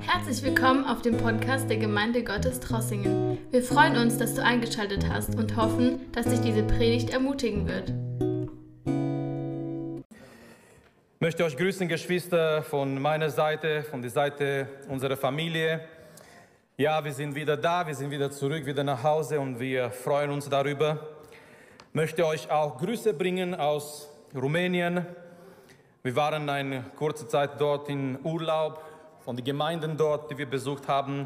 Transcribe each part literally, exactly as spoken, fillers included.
Herzlich willkommen auf dem Podcast der Gemeinde Gottes Trossingen. Wir freuen uns, dass du eingeschaltet hast und hoffen, dass dich diese Predigt ermutigen wird. Ich möchte euch grüßen, Geschwister, von meiner Seite, von der Seite unserer Familie. Ja, wir sind wieder da, wir sind wieder zurück, wieder nach Hause und wir freuen uns darüber. Ich möchte euch auch Grüße bringen aus Rumänien. Wir waren eine kurze Zeit dort in Urlaub, von den Gemeinden dort, die wir besucht haben.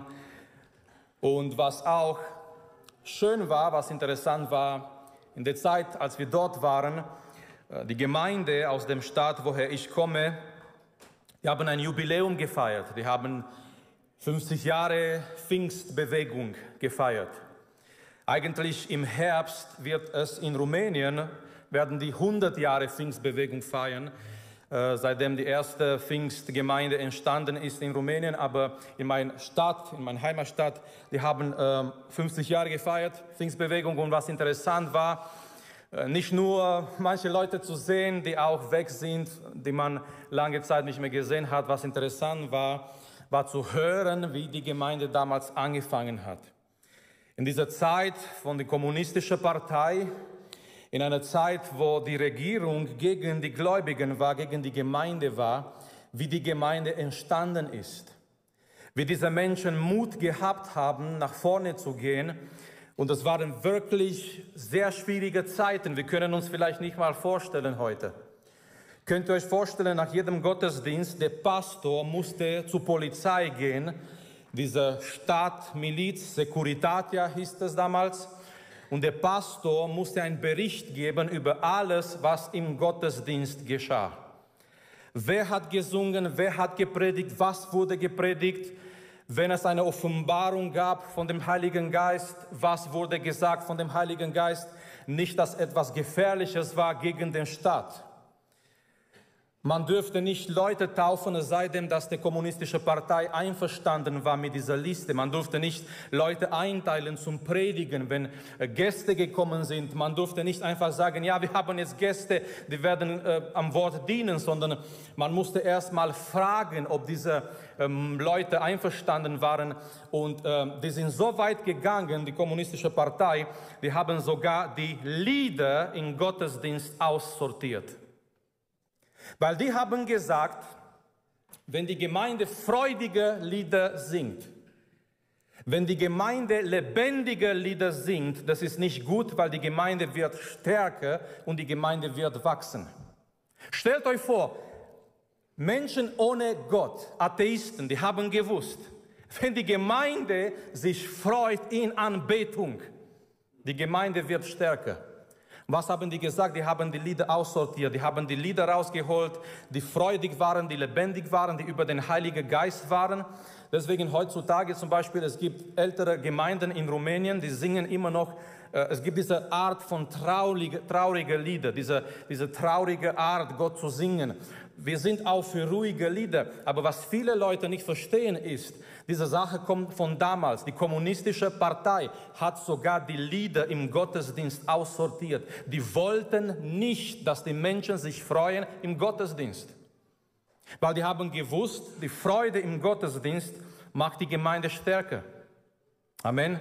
Und was auch schön war, was interessant war, in der Zeit, als wir dort waren, die Gemeinde aus dem Staat, woher ich komme, die haben ein Jubiläum gefeiert. Die haben fünfzig Jahre Pfingstbewegung gefeiert. Eigentlich im Herbst wird es in Rumänien, werden die hundert Jahre Pfingstbewegung feiern, äh, seitdem die erste Pfingstgemeinde entstanden ist in Rumänien. Aber in meiner Stadt, in meiner Heimatstadt, die haben äh, fünfzig Jahre gefeiert, Pfingstbewegung. Und was interessant war, äh, nicht nur manche Leute zu sehen, die auch weg sind, die man lange Zeit nicht mehr gesehen hat. Was interessant war, war zu hören, wie die Gemeinde damals angefangen hat. In dieser Zeit von der kommunistischen Partei, in einer Zeit, wo die Regierung gegen die Gläubigen war, gegen die Gemeinde war, wie die Gemeinde entstanden ist. Wie diese Menschen Mut gehabt haben, nach vorne zu gehen. Und es waren wirklich sehr schwierige Zeiten. Wir können uns vielleicht nicht mal vorstellen heute. Könnt ihr euch vorstellen, nach jedem Gottesdienst, der Pastor musste zur Polizei gehen, diese Stadtmiliz, Securitatea hieß es damals, und der Pastor musste einen Bericht geben über alles, was im Gottesdienst geschah. Wer hat gesungen, wer hat gepredigt, was wurde gepredigt, wenn es eine Offenbarung gab von dem Heiligen Geist, was wurde gesagt von dem Heiligen Geist, nicht, dass etwas Gefährliches war gegen den Staat. Man dürfte nicht Leute taufen, es sei denn, dass die kommunistische Partei einverstanden war mit dieser Liste. Man durfte nicht Leute einteilen zum Predigen, wenn Gäste gekommen sind. Man durfte nicht einfach sagen, ja, wir haben jetzt Gäste, die werden äh, am Wort dienen, sondern man musste erst mal fragen, ob diese ähm, Leute einverstanden waren. Und äh, die sind so weit gegangen, die kommunistische Partei, die haben sogar die Lieder im Gottesdienst aussortiert. Weil die haben gesagt, wenn die Gemeinde freudige Lieder singt, wenn die Gemeinde lebendige Lieder singt, das ist nicht gut, weil die Gemeinde wird stärker und die Gemeinde wird wachsen. Stellt euch vor, Menschen ohne Gott, Atheisten, die haben gewusst, wenn die Gemeinde sich freut in Anbetung, die Gemeinde wird stärker. Was haben die gesagt? Die haben die Lieder aussortiert, die haben die Lieder rausgeholt, die freudig waren, die lebendig waren, die über den Heiligen Geist waren. Deswegen heutzutage zum Beispiel, es gibt ältere Gemeinden in Rumänien, die singen immer noch, äh, es gibt diese Art von traurige, traurige Lieder, diese, diese traurige Art, Gott zu singen. Wir sind auch für ruhige Lieder, aber was viele Leute nicht verstehen ist, diese Sache kommt von damals. Die kommunistische Partei hat sogar die Lieder im Gottesdienst aussortiert. Die wollten nicht, dass die Menschen sich freuen im Gottesdienst. Weil die haben gewusst, die Freude im Gottesdienst macht die Gemeinde stärker. Amen.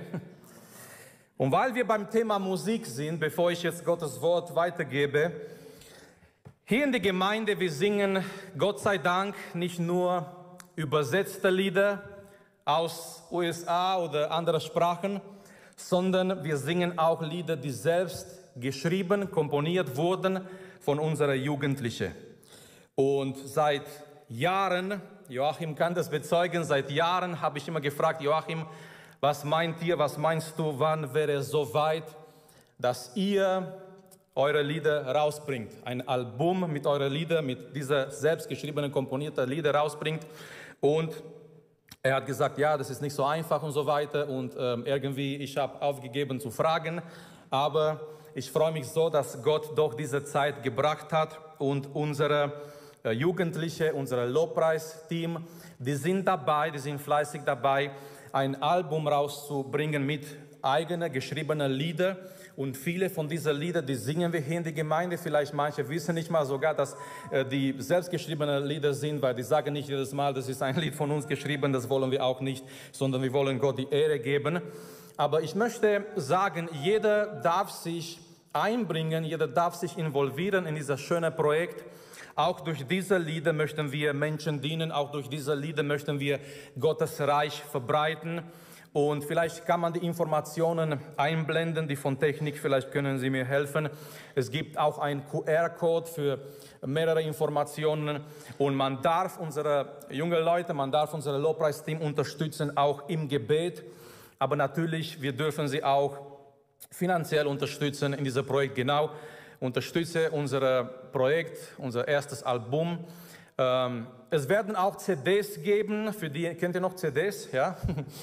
Und weil wir beim Thema Musik sind, bevor ich jetzt Gottes Wort weitergebe, hier in der Gemeinde, wir singen Gott sei Dank nicht nur übersetzte Lieder aus U S A oder anderen Sprachen, sondern wir singen auch Lieder, die selbst geschrieben, komponiert wurden von unseren Jugendlichen. Und seit Jahren, Joachim kann das bezeugen, seit Jahren habe ich immer gefragt, Joachim, was meint ihr, was meinst du, wann wäre es so weit, dass ihr eure Lieder rausbringt, ein Album mit euren Liedern, mit dieser selbstgeschriebenen, komponierten Lieder rausbringt. Und er hat gesagt, ja, das ist nicht so einfach und so weiter. Und ähm, irgendwie, ich habe aufgegeben zu fragen. Aber ich freue mich so, dass Gott doch diese Zeit gebracht hat. Und unsere äh, Jugendliche, unser Lobpreisteam, die sind dabei, die sind fleißig dabei, ein Album rauszubringen mit eigenen geschriebenen Liedern. Und viele von diesen Liedern, die singen wir hier in der Gemeinde. Vielleicht manche wissen nicht mal sogar, dass äh, die selbstgeschriebenen Lieder sind, weil die sagen nicht jedes Mal, das ist ein Lied von uns geschrieben, das wollen wir auch nicht, sondern wir wollen Gott die Ehre geben. Aber ich möchte sagen, jeder darf sich einbringen, jeder darf sich involvieren in dieses schöne Projekt. Auch durch diese Lieder möchten wir Menschen dienen, auch durch diese Lieder möchten wir Gottes Reich verbreiten. Und vielleicht kann man die Informationen einblenden, die von Technik, vielleicht können Sie mir helfen. Es gibt auch einen Q R-Code für mehrere Informationen und man darf unsere jungen Leute, man darf unser Lobpreisteam unterstützen, auch im Gebet. Aber natürlich, wir dürfen sie auch finanziell unterstützen in diesem Projekt. Genau, unterstütze unser Projekt, unser erstes Album. Ähm, es werden auch C Ds geben, für die, kennt ihr noch C Ds? Ja?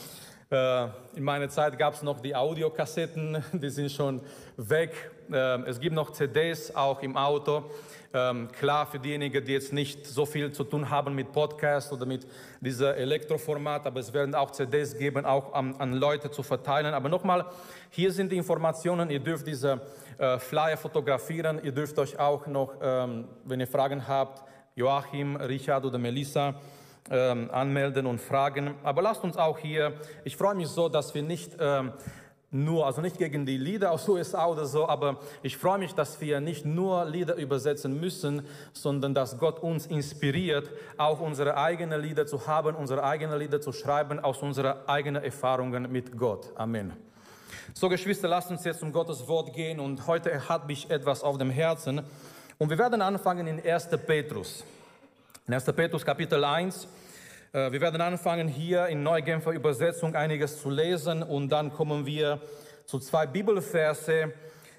äh, in meiner Zeit gab es noch die Audiokassetten, die sind schon weg. Ähm, es gibt noch C Ds, auch im Auto. Ähm, klar, für diejenigen, die jetzt nicht so viel zu tun haben mit Podcast oder mit diesem Elektroformat, aber es werden auch C Ds geben, auch an, an Leute zu verteilen. Aber nochmal, hier sind die Informationen, ihr dürft diese äh, Flyer fotografieren, ihr dürft euch auch noch, ähm, wenn ihr Fragen habt, Joachim, Richard oder Melissa ähm, anmelden und fragen. Aber lasst uns auch hier, ich freue mich so, dass wir nicht ähm, nur, also nicht gegen die Lieder aus U S A oder so, aber ich freue mich, dass wir nicht nur Lieder übersetzen müssen, sondern dass Gott uns inspiriert, auch unsere eigenen Lieder zu haben, unsere eigenen Lieder zu schreiben, aus unseren eigenen Erfahrungen mit Gott. Amen. So, Geschwister, lasst uns jetzt um Gottes Wort gehen und heute hat mich etwas auf dem Herzen und wir werden anfangen in ersten Petrus. In ersten Petrus Kapitel eins. Wir werden anfangen, hier in Neugenfer Übersetzung einiges zu lesen und dann kommen wir zu zwei Bibelverse.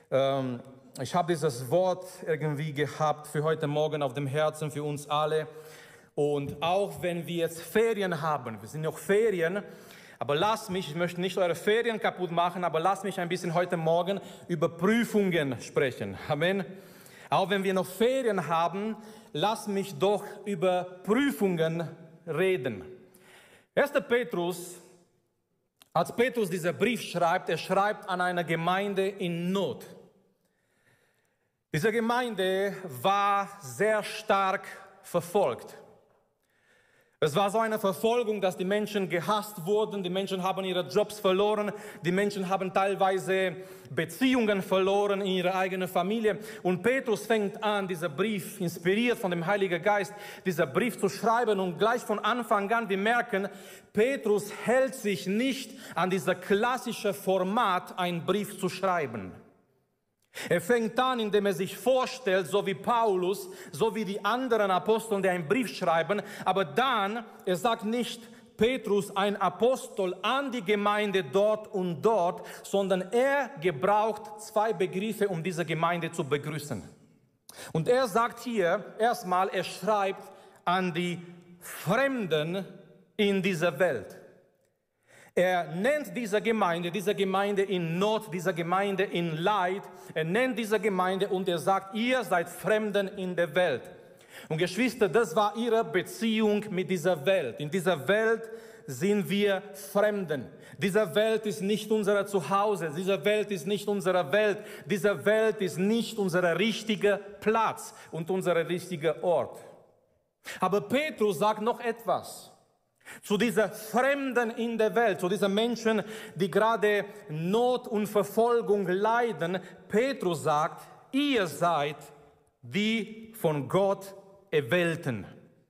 Ich habe dieses Wort irgendwie gehabt für heute Morgen auf dem Herzen, für uns alle. Und auch wenn wir jetzt Ferien haben, wir sind noch Ferien, aber lasst mich, ich möchte nicht eure Ferien kaputt machen, aber lasst mich ein bisschen heute Morgen über Prüfungen sprechen. Amen. Auch wenn wir noch Ferien haben, lasst mich doch über Prüfungen reden. erster Petrus, als Petrus diesen Brief schreibt, er schreibt an eine Gemeinde in Not. Diese Gemeinde war sehr stark verfolgt. Es war so eine Verfolgung, dass die Menschen gehasst wurden, die Menschen haben ihre Jobs verloren, die Menschen haben teilweise Beziehungen verloren in ihrer eigenen Familie. Und Petrus fängt an, diesen Brief, inspiriert von dem Heiligen Geist, diesen Brief zu schreiben. Und gleich von Anfang an, wir merken, Petrus hält sich nicht an dieses klassische Format, einen Brief zu schreiben. Er fängt an, indem er sich vorstellt, so wie Paulus, so wie die anderen Apostel, die einen Brief schreiben. Aber dann, er sagt nicht Petrus, ein Apostel an die Gemeinde dort und dort, sondern er gebraucht zwei Begriffe, um diese Gemeinde zu begrüßen. Und er sagt hier erstmal, er schreibt an die Fremden in dieser Welt. Er nennt diese Gemeinde, diese Gemeinde in Not, diese Gemeinde in Leid. Er nennt diese Gemeinde und er sagt, ihr seid Fremden in der Welt. Und Geschwister, das war ihre Beziehung mit dieser Welt. In dieser Welt sind wir Fremden. Diese Welt ist nicht unser Zuhause. Diese Welt ist nicht unsere Welt. Diese Welt ist nicht unser richtiger Platz und unser richtiger Ort. Aber Petrus sagt noch etwas. Zu diesen Fremden in der Welt, zu diesen Menschen, die gerade Not und Verfolgung leiden. Petrus sagt, ihr seid die von Gott Erwählten.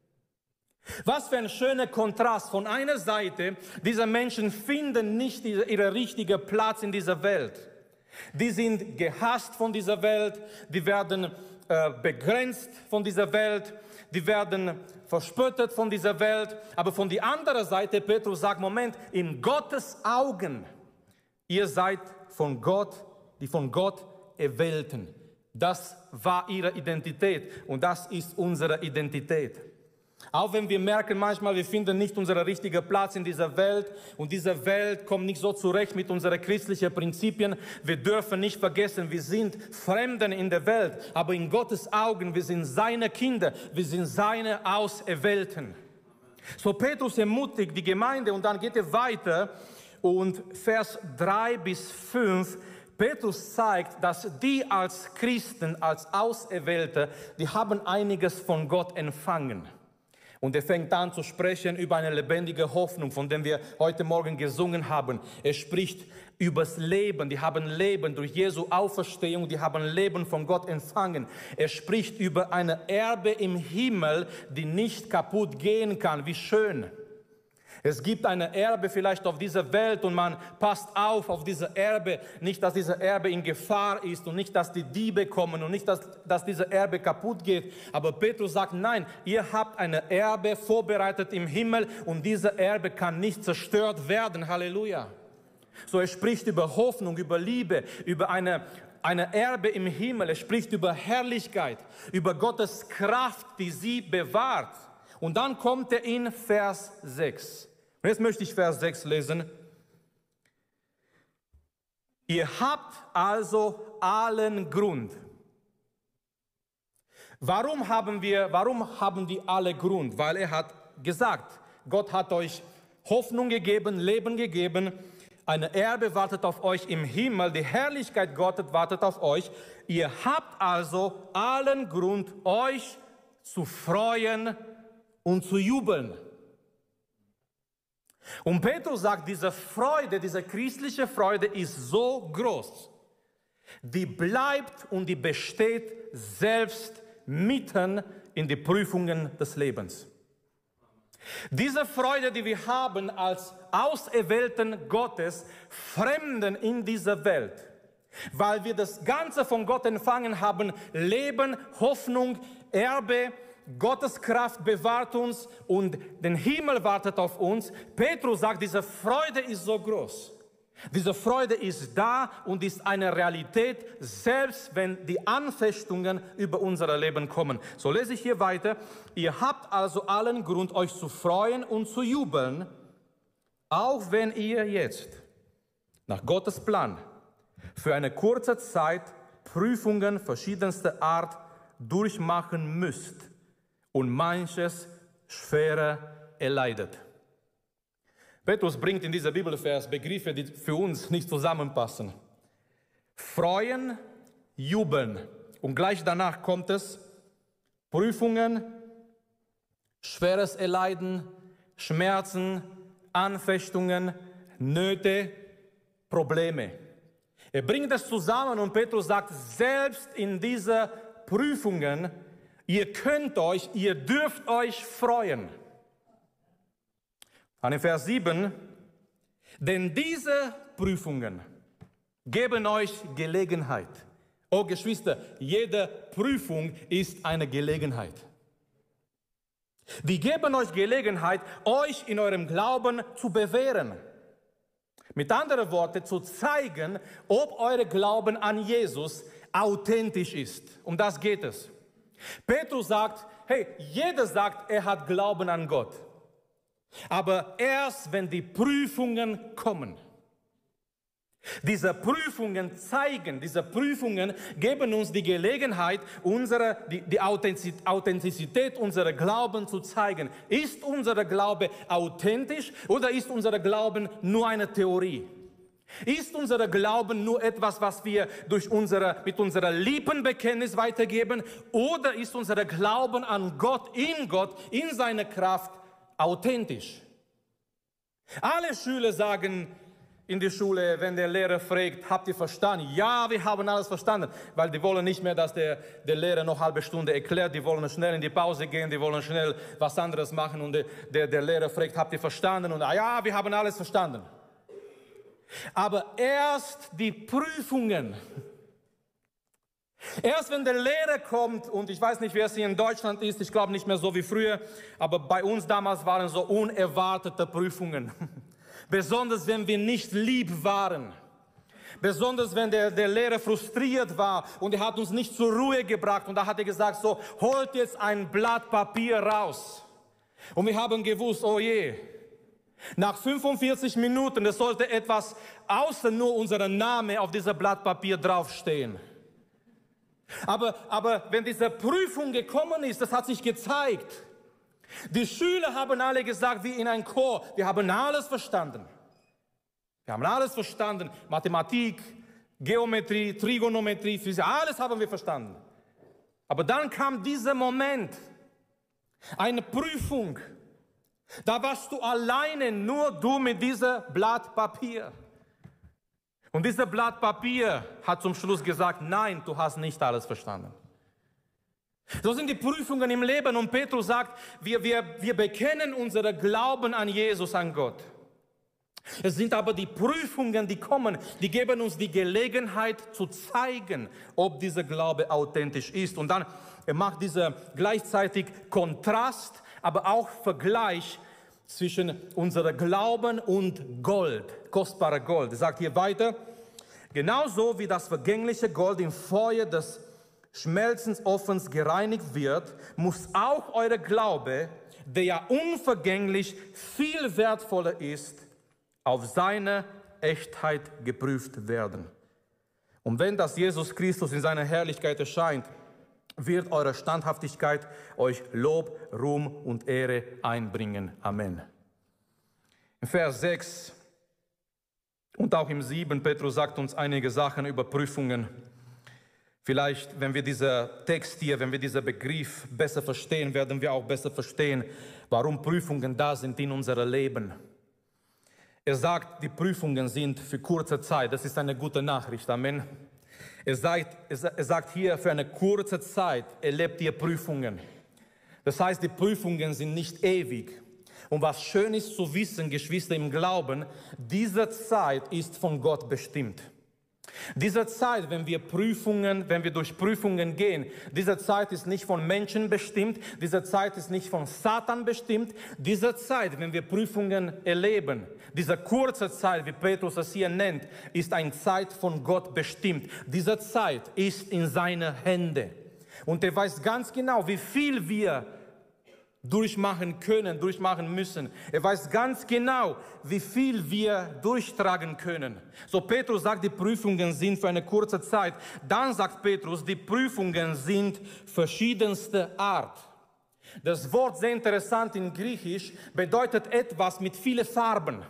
Was für ein schöner Kontrast. Von einer Seite, diese Menschen finden nicht ihren richtigen Platz in dieser Welt. Die sind gehasst von dieser Welt, die werden äh, begrenzt von dieser Welt, die werden verspottet von dieser Welt. Aber von der anderen Seite, Petrus sagt, Moment, in Gottes Augen, ihr seid von Gott, die von Gott Erwählten. Das war ihre Identität und das ist unsere Identität. Auch wenn wir merken manchmal, wir finden nicht unseren richtigen Platz in dieser Welt und diese Welt kommt nicht so zurecht mit unseren christlichen Prinzipien. Wir dürfen nicht vergessen, wir sind Fremden in der Welt, aber in Gottes Augen, wir sind seine Kinder, wir sind seine Auserwählten. So Petrus ermutigt die Gemeinde und dann geht er weiter und Vers drei bis fünf, Petrus zeigt, dass die als Christen, als Auserwählte, die haben einiges von Gott empfangen. Und er fängt an zu sprechen über eine lebendige Hoffnung, von der wir heute Morgen gesungen haben. Er spricht übers Leben. Die haben Leben durch Jesu Auferstehung, die haben Leben von Gott empfangen. Er spricht über eine Erbe im Himmel, die nicht kaputt gehen kann. Wie schön! Es gibt eine Erbe vielleicht auf dieser Welt und man passt auf auf diese Erbe. Nicht, dass diese Erbe in Gefahr ist und nicht, dass die Diebe kommen und nicht, dass, dass diese Erbe kaputt geht. Aber Petrus sagt, nein, ihr habt eine Erbe vorbereitet im Himmel und diese Erbe kann nicht zerstört werden. Halleluja. So, er spricht über Hoffnung, über Liebe, über eine, eine Erbe im Himmel. Er spricht über Herrlichkeit, über Gottes Kraft, die sie bewahrt. Und dann kommt er in Vers sechs. Und jetzt möchte ich Vers sechs lesen. Ihr habt also allen Grund. Warum haben wir, warum haben die alle Grund? Weil er hat gesagt, Gott hat euch Hoffnung gegeben, Leben gegeben, eine Erbe wartet auf euch im Himmel, die Herrlichkeit Gottes wartet auf euch. Ihr habt also allen Grund, euch zu freuen und zu jubeln. Und Petrus sagt, diese Freude, diese christliche Freude ist so groß, die bleibt und die besteht selbst mitten in die Prüfungen des Lebens. Diese Freude, die wir haben als Auserwählten Gottes, Fremden in dieser Welt, weil wir das Ganze von Gott empfangen haben, Leben, Hoffnung, Erbe, Gottes Kraft bewahrt uns und den Himmel wartet auf uns. Petrus sagt, diese Freude ist so groß. Diese Freude ist da und ist eine Realität, selbst wenn die Anfechtungen über unser Leben kommen. So lese ich hier weiter. Ihr habt also allen Grund, euch zu freuen und zu jubeln, auch wenn ihr jetzt nach Gottes Plan für eine kurze Zeit Prüfungen verschiedenster Art durchmachen müsst und manches schwerer erleidet. Petrus bringt in dieser Bibelvers Begriffe, die für uns nicht zusammenpassen. Freuen, jubeln. Und gleich danach kommt es Prüfungen, schweres Erleiden, Schmerzen, Anfechtungen, Nöte, Probleme. Er bringt es zusammen und Petrus sagt, selbst in diesen Prüfungen, ihr könnt euch, ihr dürft euch freuen. An Vers sieben, denn diese Prüfungen geben euch Gelegenheit. Oh Geschwister, jede Prüfung ist eine Gelegenheit. Die geben euch Gelegenheit, euch in eurem Glauben zu bewähren. Mit anderen Worten, zu zeigen, ob euer Glauben an Jesus authentisch ist. Um das geht es. Petrus sagt, hey, jeder sagt, er hat Glauben an Gott. Aber erst wenn die Prüfungen kommen. Diese Prüfungen zeigen, diese Prüfungen geben uns die Gelegenheit, unsere, die, die Authentizität unserer Glauben zu zeigen. Ist unser Glaube authentisch oder ist unser Glauben nur eine Theorie? Ist unser Glauben nur etwas, was wir durch unsere, mit unserer Lippenbekenntnis weitergeben? Oder ist unser Glauben an Gott, in Gott, in seiner Kraft authentisch? Alle Schüler sagen in der Schule, wenn der Lehrer fragt, habt ihr verstanden? Ja, wir haben alles verstanden, weil die wollen nicht mehr, dass der, der Lehrer noch eine halbe Stunde erklärt, die wollen schnell in die Pause gehen, die wollen schnell was anderes machen und der, der, der Lehrer fragt, habt ihr verstanden? Und ja, wir haben alles verstanden. Aber erst die Prüfungen, erst wenn der Lehrer kommt, und ich weiß nicht, wer es hier in Deutschland ist, ich glaube nicht mehr so wie früher, aber bei uns damals waren so unerwartete Prüfungen. Besonders wenn wir nicht lieb waren. Besonders wenn der, der Lehrer frustriert war und er hat uns nicht zur Ruhe gebracht. Und da hat er gesagt, so, holt jetzt ein Blatt Papier raus. Und wir haben gewusst, oh je, nach fünfundvierzig Minuten, es sollte etwas außer nur unser Name auf diesem Blatt Papier draufstehen. Aber, aber wenn diese Prüfung gekommen ist, das hat sich gezeigt. Die Schüler haben alle gesagt, wie in einem Chor, wir haben alles verstanden. Wir haben alles verstanden. Mathematik, Geometrie, Trigonometrie, Physik, alles haben wir verstanden. Aber dann kam dieser Moment, eine Prüfung. Da warst du alleine, nur du mit diesem Blatt Papier. Und dieses Blatt Papier hat zum Schluss gesagt, nein, du hast nicht alles verstanden. So sind die Prüfungen im Leben und Petrus sagt, wir, wir, wir bekennen unseren Glauben an Jesus, an Gott. Es sind aber die Prüfungen, die kommen, die geben uns die Gelegenheit zu zeigen, ob dieser Glaube authentisch ist. Und dann er macht dieser gleichzeitig Kontrast, aber auch Vergleich zwischen unserem Glauben und Gold, kostbare Gold. Er sagt hier weiter, genauso wie das vergängliche Gold im Feuer des Schmelzensofens gereinigt wird, muss auch euer Glaube, der ja unvergänglich viel wertvoller ist, auf seine Echtheit geprüft werden. Und wenn das Jesus Christus in seiner Herrlichkeit erscheint, wird eure Standhaftigkeit euch Lob, Ruhm und Ehre einbringen. Amen. In Vers sechs und auch im sieben, Petrus sagt uns einige Sachen über Prüfungen. Vielleicht, wenn wir diesen Text hier, wenn wir diesen Begriff besser verstehen, werden wir auch besser verstehen, warum Prüfungen da sind in unserem Leben. Er sagt, die Prüfungen sind für kurze Zeit. Das ist eine gute Nachricht. Amen. Er sagt, er sagt hier, für eine kurze Zeit erlebt ihr Prüfungen. Das heißt, die Prüfungen sind nicht ewig. Und was schön ist zu wissen, Geschwister im Glauben, diese Zeit ist von Gott bestimmt. Diese Zeit, wenn wir Prüfungen, wenn wir durch Prüfungen gehen, diese Zeit ist nicht von Menschen bestimmt, diese Zeit ist nicht von Satan bestimmt. Diese Zeit, wenn wir Prüfungen erleben, diese kurze Zeit, wie Petrus es hier nennt, ist eine Zeit von Gott bestimmt. Diese Zeit ist in seinen Händen. Und er weiß ganz genau, wie viel wir durchmachen können, durchmachen müssen. Er weiß ganz genau, wie viel wir durchtragen können. So Petrus sagt, die Prüfungen sind für eine kurze Zeit. Dann sagt Petrus, die Prüfungen sind verschiedenster Art. Das Wort, sehr interessant in Griechisch, bedeutet etwas mit vielen Farben.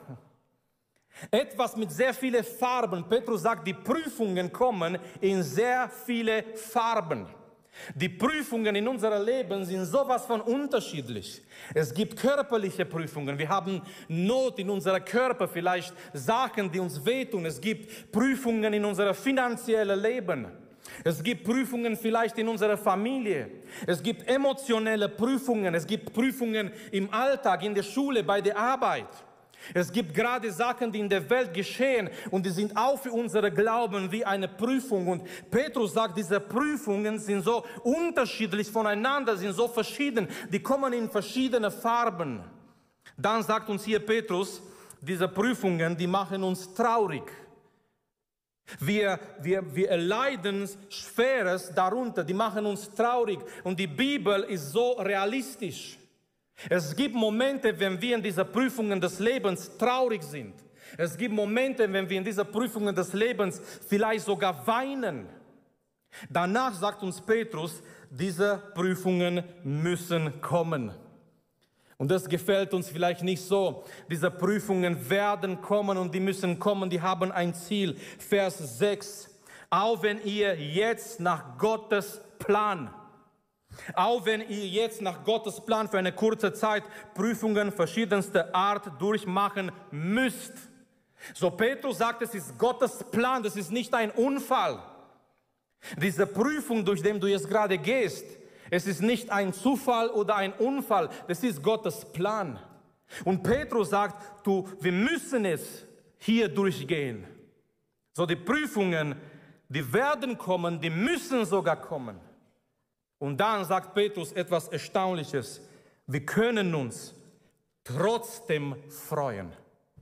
Etwas mit sehr vielen Farben. Petrus sagt, die Prüfungen kommen in sehr viele Farben. Die Prüfungen in unserem Leben sind sowas von unterschiedlich. Es gibt körperliche Prüfungen. Wir haben Not in unserem Körper, vielleicht Sachen, die uns wehtun. Es gibt Prüfungen in unserem finanziellen Leben. Es gibt Prüfungen vielleicht in unserer Familie. Es gibt emotionelle Prüfungen. Es gibt Prüfungen im Alltag, in der Schule, bei der Arbeit. Es gibt gerade Sachen, die in der Welt geschehen und die sind auch für unsere Glauben wie eine Prüfung. Und Petrus sagt, diese Prüfungen sind so unterschiedlich voneinander, sind so verschieden, die kommen in verschiedene Farben. Dann sagt uns hier Petrus, diese Prüfungen, die machen uns traurig. Wir, wir, wir erleiden Schweres darunter, die machen uns traurig. Und die Bibel ist so realistisch. Es gibt Momente, wenn wir in diesen Prüfungen des Lebens traurig sind. Es gibt Momente, wenn wir in diesen Prüfungen des Lebens vielleicht sogar weinen. Danach sagt uns Petrus, diese Prüfungen müssen kommen. Und das gefällt uns vielleicht nicht so. Diese Prüfungen werden kommen und die müssen kommen, die haben ein Ziel. Vers sechs. Auch wenn ihr jetzt nach Gottes Plan Auch wenn ihr jetzt nach Gottes Plan für eine kurze Zeit Prüfungen verschiedenster Art durchmachen müsst. So Petrus sagt, es ist Gottes Plan, das ist nicht ein Unfall. Diese Prüfung, durch die du jetzt gerade gehst, es ist nicht ein Zufall oder ein Unfall, das ist Gottes Plan. Und Petrus sagt, du, wir müssen es hier durchgehen. So die Prüfungen, die werden kommen, die müssen sogar kommen. Und dann sagt Petrus etwas Erstaunliches. Wir können uns trotzdem freuen.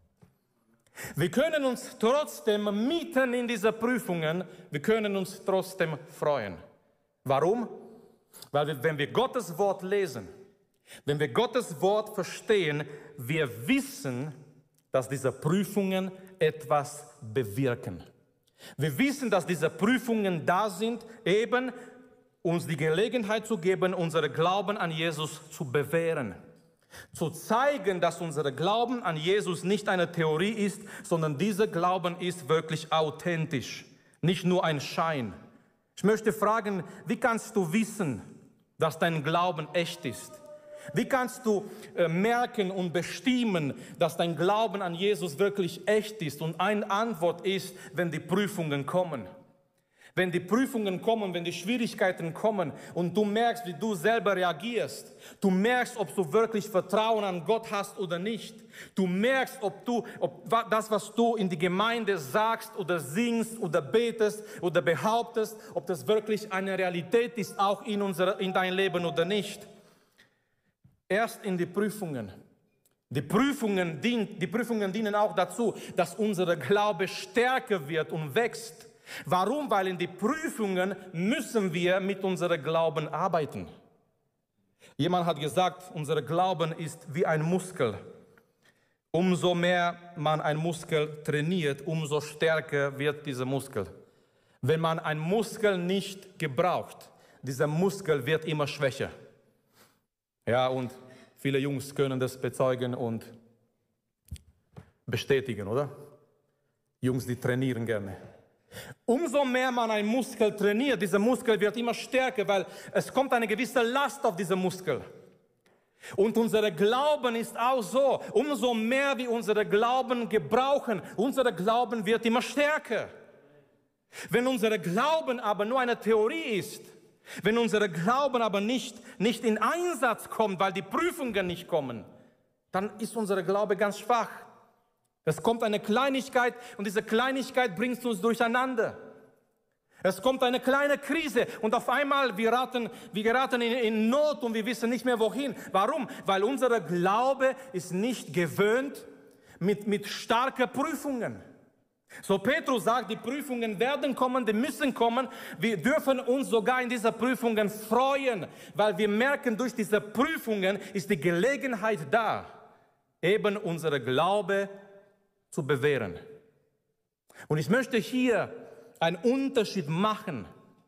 Wir können uns trotzdem mitten in diese Prüfungen, wir können uns trotzdem freuen. Warum? Weil wir, wenn wir Gottes Wort lesen, wenn wir Gottes Wort verstehen, wir wissen, dass diese Prüfungen etwas bewirken. Wir wissen, dass diese Prüfungen da sind, eben uns die Gelegenheit zu geben, unseren Glauben an Jesus zu bewähren. Zu zeigen, dass unser Glauben an Jesus nicht eine Theorie ist, sondern dieser Glauben ist wirklich authentisch. nicht nur ein Schein. Ich möchte fragen, wie kannst du wissen, dass dein Glauben echt ist? Wie kannst du äh, merken und bestimmen, dass dein Glauben an Jesus wirklich echt ist? Und eine Antwort ist, wenn die Prüfungen kommen. Wenn die Prüfungen kommen, wenn die Schwierigkeiten kommen und du merkst, wie du selber reagierst. Du merkst, ob du wirklich Vertrauen an Gott hast oder nicht. Du merkst, ob, du, ob das, was du in die Gemeinde sagst oder singst oder betest oder behauptest, ob das wirklich eine Realität ist, auch in, unser, in dein Leben oder nicht. Erst in die Prüfungen. Die Prüfungen, dien, die Prüfungen dienen auch dazu, dass unser Glaube stärker wird und wächst. Warum? Weil in die Prüfungen müssen wir mit unserem Glauben arbeiten. Jemand hat gesagt, unser Glauben ist wie ein Muskel. Umso mehr man einen Muskel trainiert, umso stärker wird dieser Muskel. Wenn man einen Muskel nicht gebraucht, dieser Muskel wird immer schwächer. Ja, und viele Jungs können das bezeugen und bestätigen, oder? Jungs, die trainieren gerne. Umso mehr man einen Muskel trainiert, dieser Muskel wird immer stärker, weil es kommt eine gewisse Last auf diesen Muskel. Und unser Glauben ist auch so, umso mehr wir unseren Glauben gebrauchen, unser Glauben wird immer stärker. Wenn unser Glauben aber nur eine Theorie ist, wenn unser Glauben aber nicht, nicht in Einsatz kommt, weil die Prüfungen nicht kommen, dann ist unser Glaube ganz schwach. Es kommt eine Kleinigkeit und diese Kleinigkeit bringt uns durcheinander. Es kommt eine kleine Krise und auf einmal wir geraten, wir geraten in, in Not und wir wissen nicht mehr wohin. Warum? Weil unser Glaube ist nicht gewöhnt mit, mit starken Prüfungen. So Petrus sagt, die Prüfungen werden kommen, die müssen kommen. Wir dürfen uns sogar in dieser Prüfungen freuen, weil wir merken, durch diese Prüfungen ist die Gelegenheit da, eben unser Glaube zu bewähren. Und ich möchte hier einen Unterschied machen.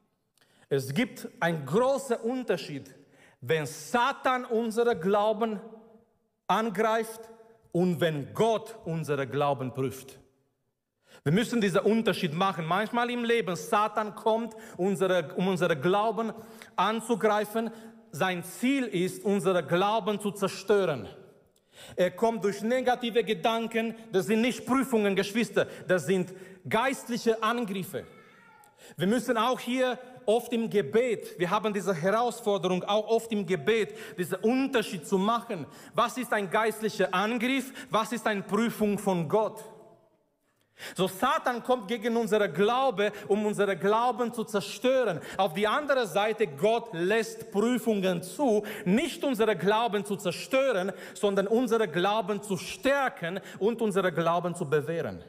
Es gibt einen großen Unterschied, wenn Satan unseren Glauben angreift und wenn Gott unseren Glauben prüft. Wir müssen diesen Unterschied machen. Manchmal im Leben, Satan kommt, unsere, um unseren Glauben anzugreifen. Sein Ziel ist, unseren Glauben zu zerstören. Er kommt durch negative Gedanken, das sind nicht Prüfungen, Geschwister, das sind geistliche Angriffe. Wir müssen auch hier oft im Gebet, wir haben diese Herausforderung auch oft im Gebet, diesen Unterschied zu machen. Was ist ein geistlicher Angriff, was ist eine Prüfung von Gott? So Satan kommt gegen unseren Glaube, um unseren Glauben zu zerstören. Auf die andere Seite, Gott lässt Prüfungen zu, nicht unseren Glauben zu zerstören, sondern unseren Glauben zu stärken und unseren Glauben zu bewähren.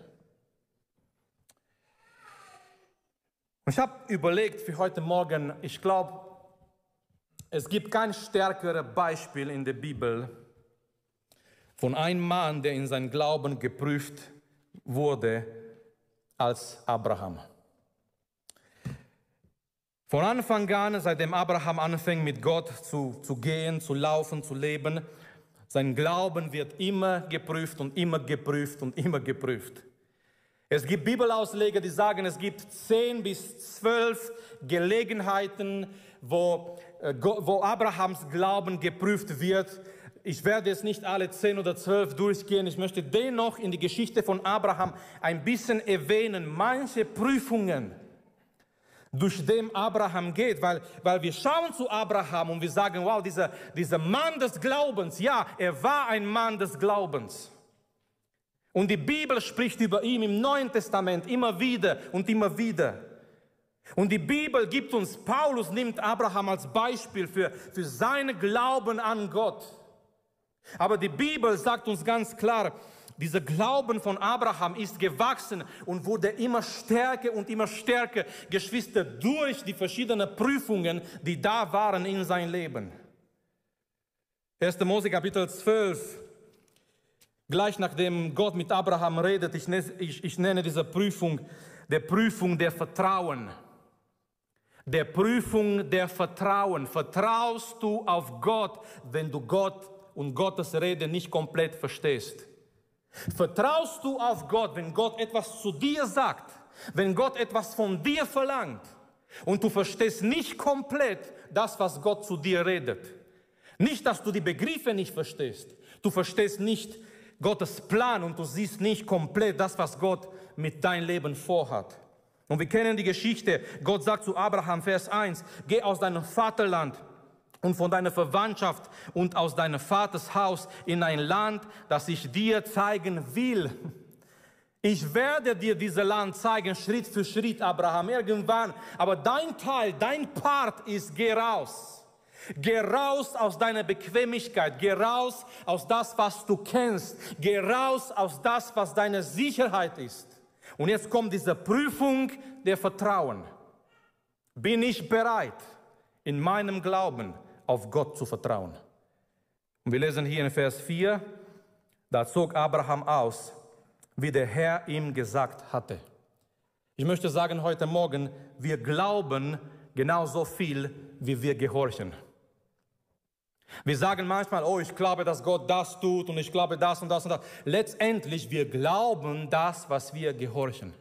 Ich habe überlegt für heute Morgen, ich glaube, es gibt kein stärkeres Beispiel in der Bibel von einem Mann, der in seinem Glauben geprüft wurde, als Abraham. Von Anfang an, seitdem Abraham anfängt mit Gott zu, zu gehen, zu laufen, zu leben, sein Glauben wird immer geprüft und immer geprüft und immer geprüft. Es gibt Bibelausleger, die sagen, es gibt zehn bis zwölf Gelegenheiten, wo, wo Abrahams Glauben geprüft wird. Ich werde jetzt nicht alle zehn oder zwölf durchgehen. Ich möchte dennoch in die Geschichte von Abraham ein bisschen erwähnen. Manche Prüfungen, durch die Abraham geht, weil, weil wir schauen zu Abraham und wir sagen, wow, dieser, dieser Mann des Glaubens, ja, er war ein Mann des Glaubens. Und die Bibel spricht über ihn im Neuen Testament immer wieder und immer wieder. Und die Bibel gibt uns, Paulus nimmt Abraham als Beispiel für, für seinen Glauben an Gott. Aber die Bibel sagt uns ganz klar, dieser Glauben von Abraham ist gewachsen und wurde immer stärker und immer stärker, Geschwister, durch die verschiedenen Prüfungen, die da waren in sein Leben. erster Mose Kapitel zwölf, gleich nachdem Gott mit Abraham redet, ich, ich, ich nenne diese Prüfung der Prüfung der Vertrauen. Der Prüfung der Vertrauen. Vertraust du auf Gott, wenn du Gott und Gottes Rede nicht komplett verstehst? Vertraust du auf Gott, wenn Gott etwas zu dir sagt wenn Gott etwas von dir verlangt und du verstehst nicht komplett das, was Gott zu dir redet. Nicht, dass du die Begriffe nicht verstehst. Du verstehst nicht Gottes Plan und du siehst nicht komplett das, was Gott mit deinem Leben vorhat. Und wir kennen die Geschichte. Gott sagt zu Abraham, Vers eins, geh aus deinem Vaterland und von deiner Verwandtschaft und aus deinem Vaters Haus in ein Land, das ich dir zeigen will. Ich werde dir dieses Land zeigen, Schritt für Schritt, Abraham, irgendwann. Aber dein Teil, dein Part ist, geh raus. Geh raus aus deiner Bequemlichkeit. Geh raus aus das, was du kennst. Geh raus aus das, was deine Sicherheit ist. Und jetzt kommt diese Prüfung der Vertrauen. Bin ich bereit, in meinem Glauben auf Gott zu vertrauen? Und wir lesen hier in Vers vier, da zog Abraham aus, wie der Herr ihm gesagt hatte. Ich möchte sagen heute Morgen, wir glauben genauso viel, wie wir gehorchen. Wir sagen manchmal, oh, ich glaube, dass Gott das tut und ich glaube das und das und das. Letztendlich, wir glauben das, was wir gehorchen.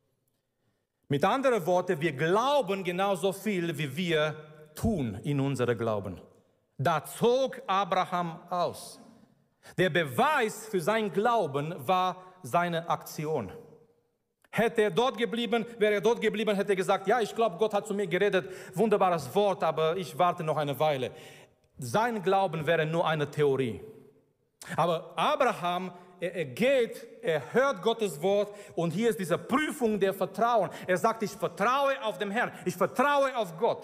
Mit anderen Worten, wir glauben genauso viel, wie wir tun in unserem Glauben. Da zog Abraham aus. Der Beweis für seinen Glauben war seine Aktion. Hätte er dort geblieben, wäre er dort geblieben, hätte er gesagt, ja, ich glaube, Gott hat zu mir geredet, wunderbares Wort, aber ich warte noch eine Weile. Sein Glauben wäre nur eine Theorie. Aber Abraham, er, er geht, er hört Gottes Wort und hier ist diese Prüfung der Vertrauen. Er sagt, ich vertraue auf den Herrn, ich vertraue auf Gott.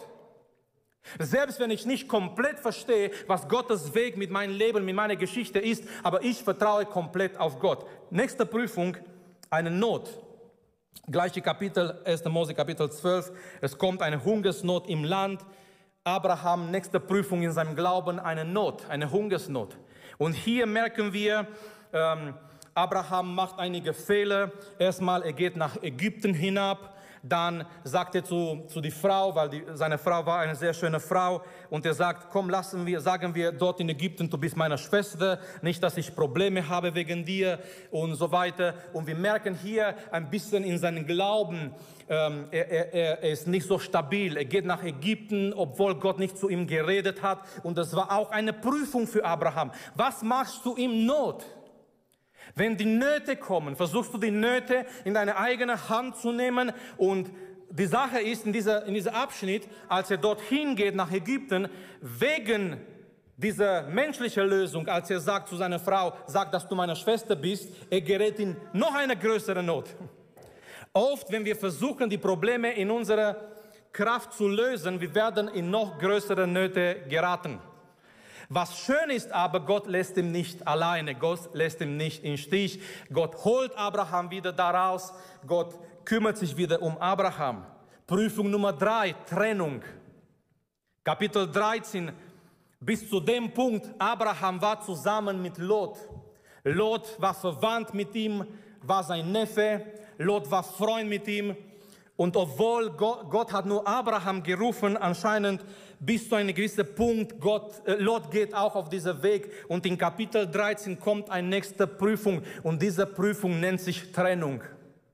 Selbst wenn ich nicht komplett verstehe, was Gottes Weg mit meinem Leben, mit meiner Geschichte ist, aber ich vertraue komplett auf Gott. Nächste Prüfung, eine Not. Gleiche Kapitel, erster Mose Kapitel zwölf, es kommt eine Hungersnot im Land. Abraham, nächste Prüfung in seinem Glauben, eine Not, eine Hungersnot. Und hier merken wir, ähm, Abraham macht einige Fehler. Erstmal, er geht nach Ägypten hinab. Dann sagt er zu, zu die Frau, weil die, seine Frau war eine sehr schöne Frau, und er sagt, komm, lassen wir, sagen wir dort in Ägypten, du bist meine Schwester, nicht, dass ich Probleme habe wegen dir und so weiter. Und wir merken hier ein bisschen in seinem Glauben, ähm, er, er, er ist nicht so stabil. Er geht nach Ägypten, obwohl Gott nicht zu ihm geredet hat. Und das war auch eine Prüfung für Abraham. Was machst du in Not? Wenn die Nöte kommen, versuchst du die Nöte in deine eigene Hand zu nehmen. Und die Sache ist, in dieser, in diesem Abschnitt, als er dorthin geht nach Ägypten, wegen dieser menschlichen Lösung, als er sagt zu seiner Frau, sag, dass du meine Schwester bist, er gerät in noch eine größere Not. Oft, wenn wir versuchen, die Probleme in unserer Kraft zu lösen, wir werden in noch größere Nöte geraten. Was schön ist aber, Gott lässt ihn nicht alleine, Gott lässt ihn nicht im Stich. Gott holt Abraham wieder daraus, Gott kümmert sich wieder um Abraham. Prüfung Nummer drei, Trennung. Kapitel dreizehn, bis zu dem Punkt, Abraham war zusammen mit Lot. Lot war verwandt mit ihm, war sein Neffe, Lot war Freund mit ihm. Und obwohl Gott, Gott hat nur Abraham gerufen, anscheinend bis zu einem gewissen Punkt, Gott, äh, Lot geht auch auf diesen Weg. Und in Kapitel dreizehn kommt eine nächste Prüfung. Und diese Prüfung nennt sich Trennung.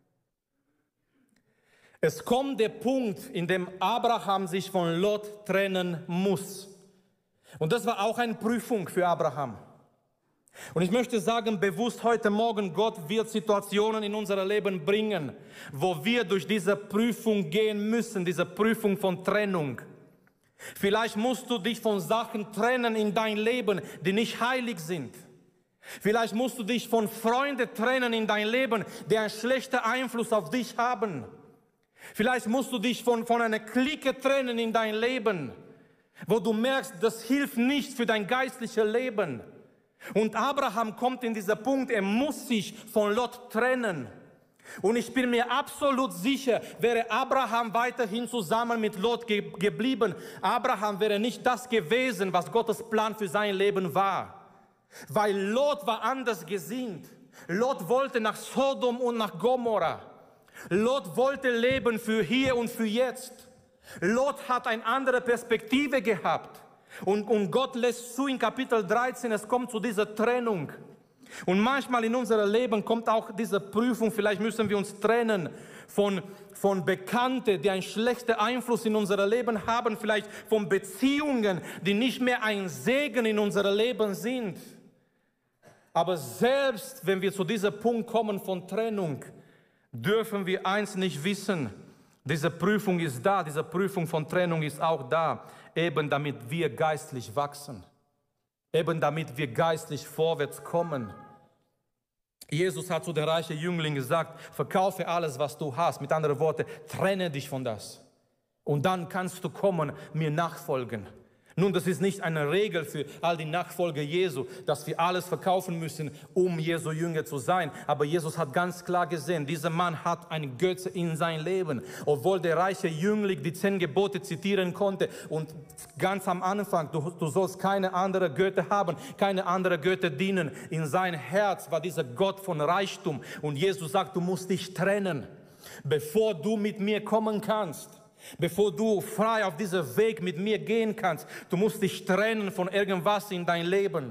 Es kommt der Punkt, in dem Abraham sich von Lot trennen muss. Und das war auch eine Prüfung für Abraham. Und ich möchte sagen, bewusst heute Morgen, Gott wird Situationen in unser Leben bringen, wo wir durch diese Prüfung gehen müssen, diese Prüfung von Trennung. Vielleicht musst du dich von Sachen trennen in dein Leben, die nicht heilig sind. Vielleicht musst du dich von Freunden trennen in dein Leben, die einen schlechten Einfluss auf dich haben. Vielleicht musst du dich von, von einer Clique trennen in dein Leben, wo du merkst, das hilft nicht für dein geistliches Leben. Und Abraham kommt in diesen Punkt, er muss sich von Lot trennen. Und ich bin mir absolut sicher, wäre Abraham weiterhin zusammen mit Lot ge geblieben, Abraham wäre nicht das gewesen, was Gottes Plan für sein Leben war. Weil Lot war anders gesinnt. Lot wollte nach Sodom und nach Gomorra. Lot wollte leben für hier und für jetzt. Lot hat eine andere Perspektive gehabt. Und, und Gott lässt zu in Kapitel dreizehn, es kommt zu dieser Trennung. Und manchmal in unserem Leben kommt auch diese Prüfung, vielleicht müssen wir uns trennen von, von Bekannten, die einen schlechten Einfluss in unser Leben haben, vielleicht von Beziehungen, die nicht mehr ein Segen in unserem Leben sind. Aber selbst wenn wir zu diesem Punkt kommen von Trennung, dürfen wir eins nicht wissen: Diese Prüfung ist da, diese Prüfung von Trennung ist auch da, eben damit wir geistlich wachsen, eben damit wir geistlich vorwärts kommen. Jesus hat zu den reichen Jüngling gesagt: Verkaufe alles, was du hast. Mit anderen Worten, trenne dich von das. Und dann kannst du kommen, mir nachfolgen. Nun, das ist nicht eine Regel für all die Nachfolger Jesu, dass wir alles verkaufen müssen, um Jesu Jünger zu sein. Aber Jesus hat ganz klar gesehen, dieser Mann hat einen Götze in sein Leben. Obwohl der reiche Jüngling die zehn Gebote zitieren konnte und ganz am Anfang, du, du sollst keine andere Götter haben, keine andere Götter dienen. In sein Herz war dieser Gott von Reichtum. Und Jesus sagt, du musst dich trennen, bevor du mit mir kommen kannst. Bevor du frei auf diesen Weg mit mir gehen kannst, du musst dich trennen von irgendwas in dein Leben.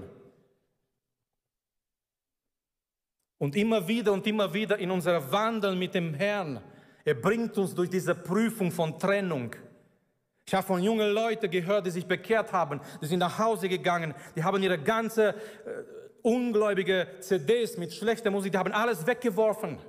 Und immer wieder und immer wieder in unser Wandeln mit dem Herrn, er bringt uns durch diese Prüfung von Trennung. Ich habe von jungen Leuten gehört, die sich bekehrt haben, die sind nach Hause gegangen, die haben ihre ganze äh, ungläubige C Ds mit schlechter Musik, die haben alles weggeworfen.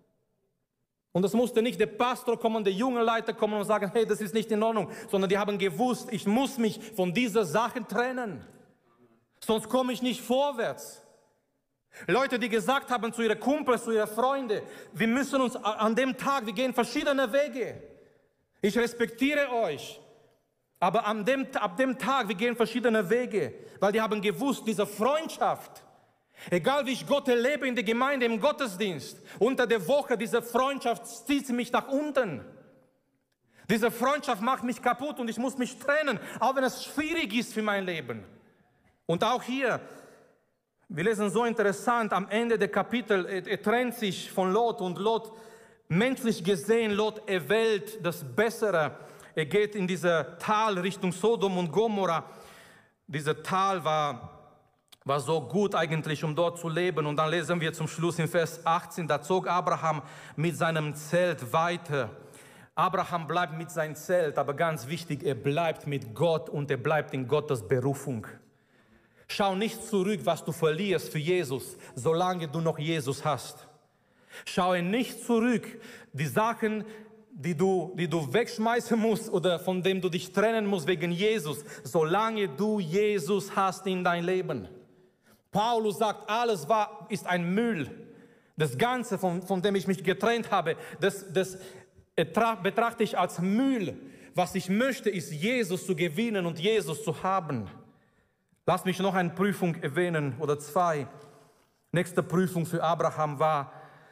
Und es musste nicht der Pastor kommen, der junge Leiter kommen und sagen, hey, das ist nicht in Ordnung, sondern die haben gewusst, ich muss mich von dieser Sache trennen, sonst komme ich nicht vorwärts. Leute, die gesagt haben zu ihren Kumpels, zu ihren Freunden, wir müssen uns an dem Tag, wir gehen verschiedene Wege. Ich respektiere euch, aber an dem, ab dem Tag, wir gehen verschiedene Wege, weil die haben gewusst, diese Freundschaft, egal wie ich Gott erlebe in der Gemeinde, im Gottesdienst, unter der Woche, diese Freundschaft zieht mich nach unten. Diese Freundschaft macht mich kaputt und ich muss mich trennen, auch wenn es schwierig ist für mein Leben. Und auch hier, wir lesen so interessant, am Ende der Kapitel, er, er trennt sich von Lot und Lot, menschlich gesehen, Lot erwählt das Bessere. Er geht in diese Tal Richtung Sodom und Gomorra. Dieses Tal war war so gut eigentlich, um dort zu leben. Und dann lesen wir zum Schluss in Vers achtzehn, da zog Abraham mit seinem Zelt weiter. Abraham bleibt mit seinem Zelt, aber ganz wichtig, er bleibt mit Gott und er bleibt in Gottes Berufung. Schau nicht zurück, was du verlierst für Jesus, solange du noch Jesus hast. Schaue nicht zurück, die Sachen, die du, die du wegschmeißen musst oder von denen du dich trennen musst wegen Jesus, solange du Jesus hast in dein Leben. Paulus sagt, alles war, ist ein Müll. Das Ganze, von, von dem ich mich getrennt habe, das, das betrachte ich als Müll. Was ich möchte, ist Jesus zu gewinnen und Jesus zu haben. Lass mich noch eine Prüfung erwähnen oder zwei. Nächste Prüfung für Abraham war